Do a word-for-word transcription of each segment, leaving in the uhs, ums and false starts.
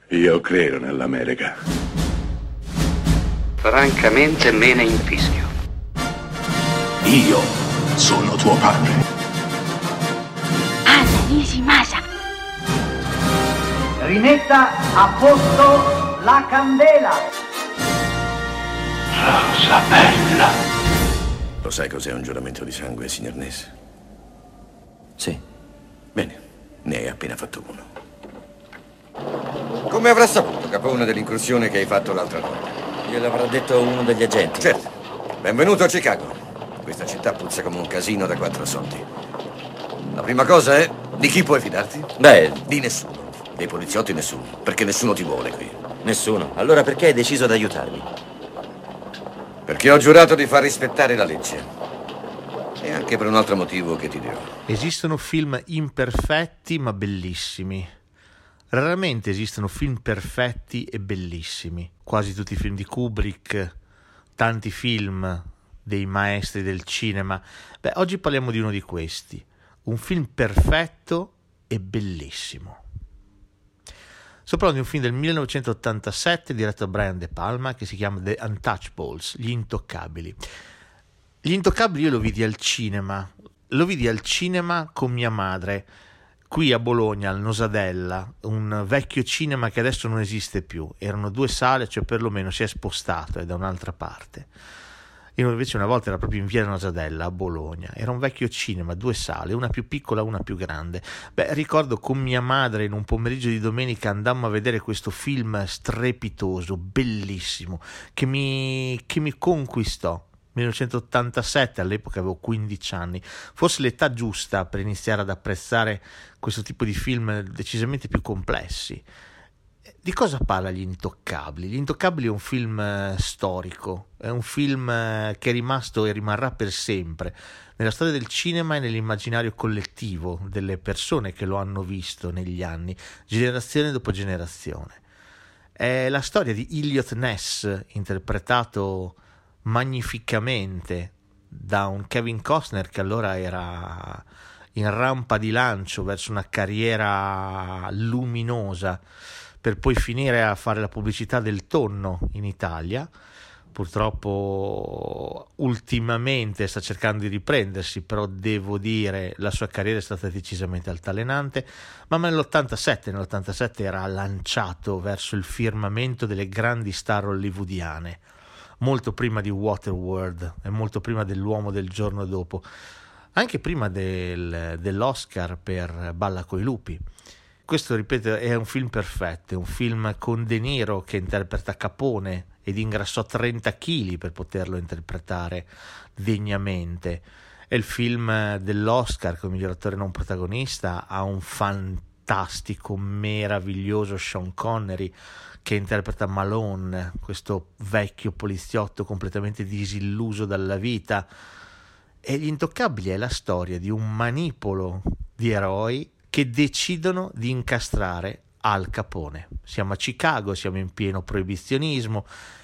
Io credo nell'America. Francamente me ne infischio. Io sono tuo padre. Anna Nishimasa. Rimetta a posto la candela. Rosa bella. Lo sai cos'è un giuramento di sangue, signor Ness? Sì. Bene, ne hai appena fatto uno. Come avrà saputo Capone dell'incursione che hai fatto l'altra notte? Gliel'avrà detto uno degli agenti. Certo. Benvenuto a Chicago. Questa città puzza come un casino da quattro soldi. La prima cosa è, di chi puoi fidarti? Beh, Di nessuno. Dei poliziotti nessuno, perché nessuno ti vuole qui. nessuno. Allora perché hai deciso di aiutarmi? Perché ho giurato di far rispettare la legge. E anche per un altro motivo che ti dirò. Esistono film imperfetti ma bellissimi. Raramente esistono film perfetti e bellissimi. Quasi tutti i film di Kubrick, tanti film dei maestri del cinema. Beh, oggi parliamo di uno di questi. Un film perfetto e bellissimo. Sto parlando di un film del millenovecentottantasette diretto da Brian De Palma che si chiama The Untouchables, Gli Intoccabili. Gli Intoccabili io lo vidi al cinema. Lo vidi al cinema con mia madre. Qui a Bologna, al Nosadella, un vecchio cinema che adesso non esiste più. Erano due sale, cioè perlomeno si è spostato, è da un'altra parte. Io invece una volta era proprio in via Nosadella, a Bologna. Era un vecchio cinema, due sale, una più piccola, una più grande. Beh, ricordo con mia madre in un pomeriggio di domenica andammo a vedere questo film strepitoso, bellissimo, che mi, che mi conquistò. millenovecentottantasette, all'epoca avevo quindici anni, forse l'età giusta per iniziare ad apprezzare questo tipo di film decisamente più complessi. Di cosa parla Gli Intoccabili? Gli Intoccabili è un film eh, storico, è un film eh, che è rimasto e rimarrà per sempre nella storia del cinema e nell'immaginario collettivo delle persone che lo hanno visto negli anni, generazione dopo generazione. È la storia di Elliot Ness, interpretato magnificamente da un Kevin Costner che allora era in rampa di lancio verso una carriera luminosa per poi finire a fare la pubblicità del tonno in Italia. Purtroppo ultimamente sta cercando di riprendersi, però devo dire la sua carriera è stata decisamente altalenante. Ma nell'ottantasette, nell'ottantasette era lanciato verso il firmamento delle grandi star hollywoodiane, molto prima di Waterworld e molto prima dell'Uomo del giorno dopo, anche prima del, dell'Oscar per Balla coi lupi. Questo, ripeto, è un film perfetto, è un film con De Niro che interpreta Capone ed ingrassò trenta chili per poterlo interpretare degnamente. È il film dell'Oscar come miglior attore non protagonista, ha un fantastico, meraviglioso Sean Connery che interpreta Malone, questo vecchio poliziotto completamente disilluso dalla vita. E Gli Intoccabili è la storia di un manipolo di eroi che decidono di incastrare Al Capone. Siamo a Chicago, siamo in pieno proibizionismo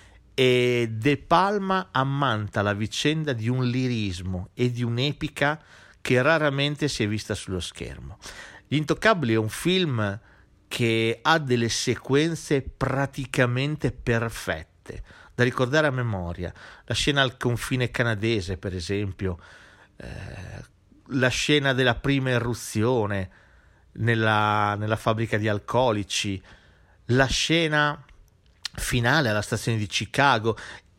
e De Palma ammanta la vicenda di un lirismo e di un'epica che raramente si è vista sullo schermo. Gli Intoccabili è un film che ha delle sequenze praticamente perfette da ricordare a memoria. La scena al confine canadese, per esempio, eh, la scena della prima eruzione nella, nella fabbrica di alcolici, la scena finale alla stazione di Chicago.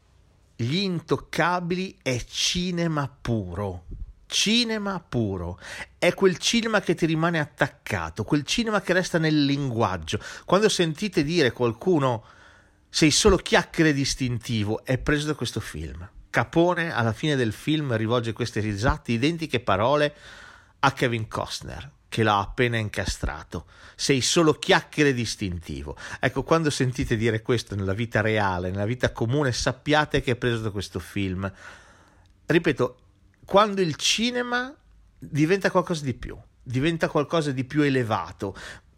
Gli Intoccabili è cinema puro. Cinema puro, è quel cinema che ti rimane attaccato, quel cinema che resta nel linguaggio. Quando sentite dire qualcuno sei solo chiacchiere distintivo, è preso da questo film. Capone alla fine del film rivolge queste esatte identiche parole a Kevin Costner che l'ha appena incastrato. Sei solo chiacchiere distintivo. Ecco, quando sentite dire questo nella vita reale, nella vita comune, sappiate che è preso da questo film. Ripeto, quando il cinema diventa qualcosa di più, diventa qualcosa di più elevato,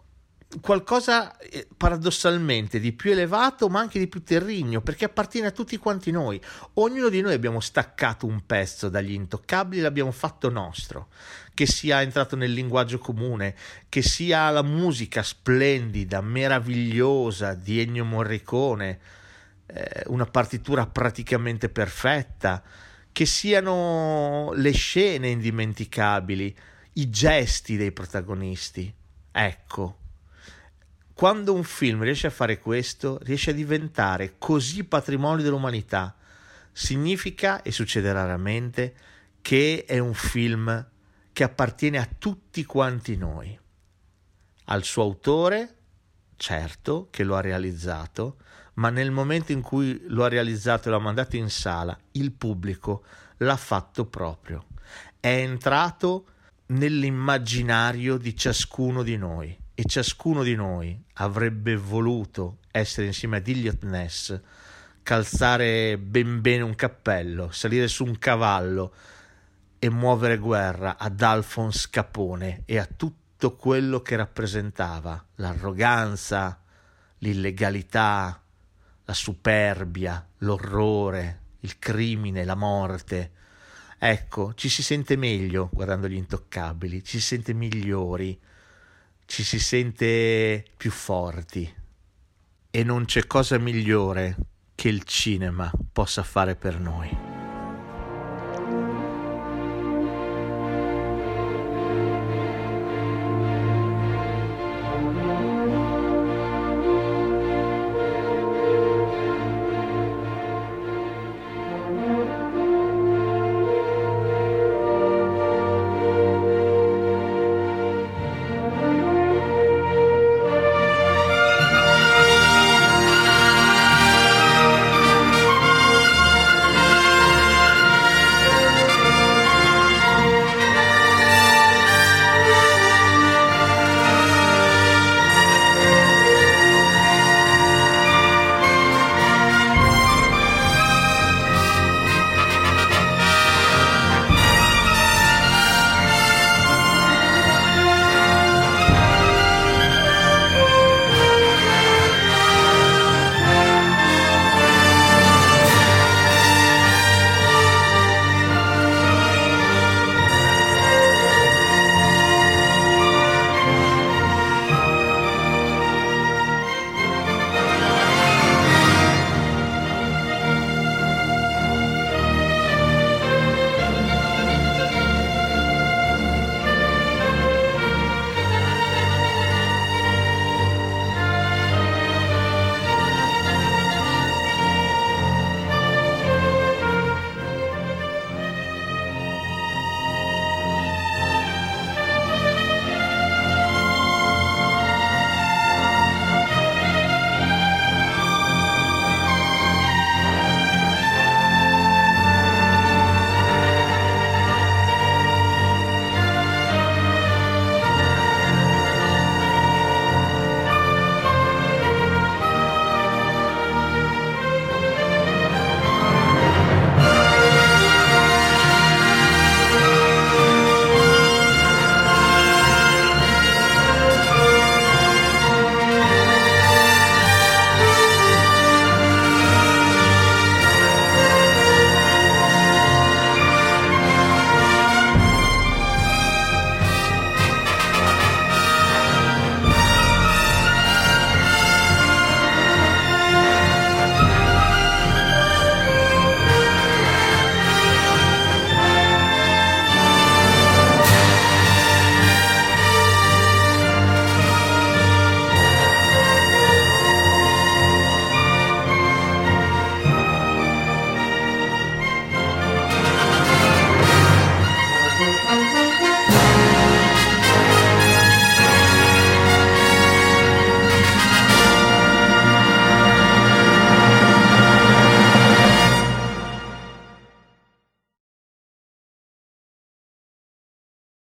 qualcosa eh, paradossalmente di più elevato ma anche di più terrigno, perché appartiene a tutti quanti noi. Ognuno di noi abbiamo staccato un pezzo dagli Intoccabili e l'abbiamo fatto nostro, che sia entrato nel linguaggio comune, che sia la musica splendida, meravigliosa di Ennio Morricone, eh, una partitura praticamente perfetta, che siano le scene indimenticabili, i gesti dei protagonisti. Ecco, quando un film riesce a fare questo, riesce a diventare così patrimonio dell'umanità, significa, e succede raramente, che è un film che appartiene a tutti quanti noi. Al suo autore, certo, che lo ha realizzato, ma nel momento in cui lo ha realizzato e l'ha mandato in sala, il pubblico l'ha fatto proprio. È entrato nell'immaginario di ciascuno di noi, e ciascuno di noi avrebbe voluto essere insieme ad Elliot Ness, calzare ben bene un cappello, salire su un cavallo e muovere guerra ad Alphonse Capone e a tutto quello che rappresentava l'arroganza, l'illegalità, la superbia, l'orrore, il crimine, la morte. Ecco, ci si sente meglio guardando Gli Intoccabili, ci si sente migliori, ci si sente più forti, e non c'è cosa migliore che il cinema possa fare per noi.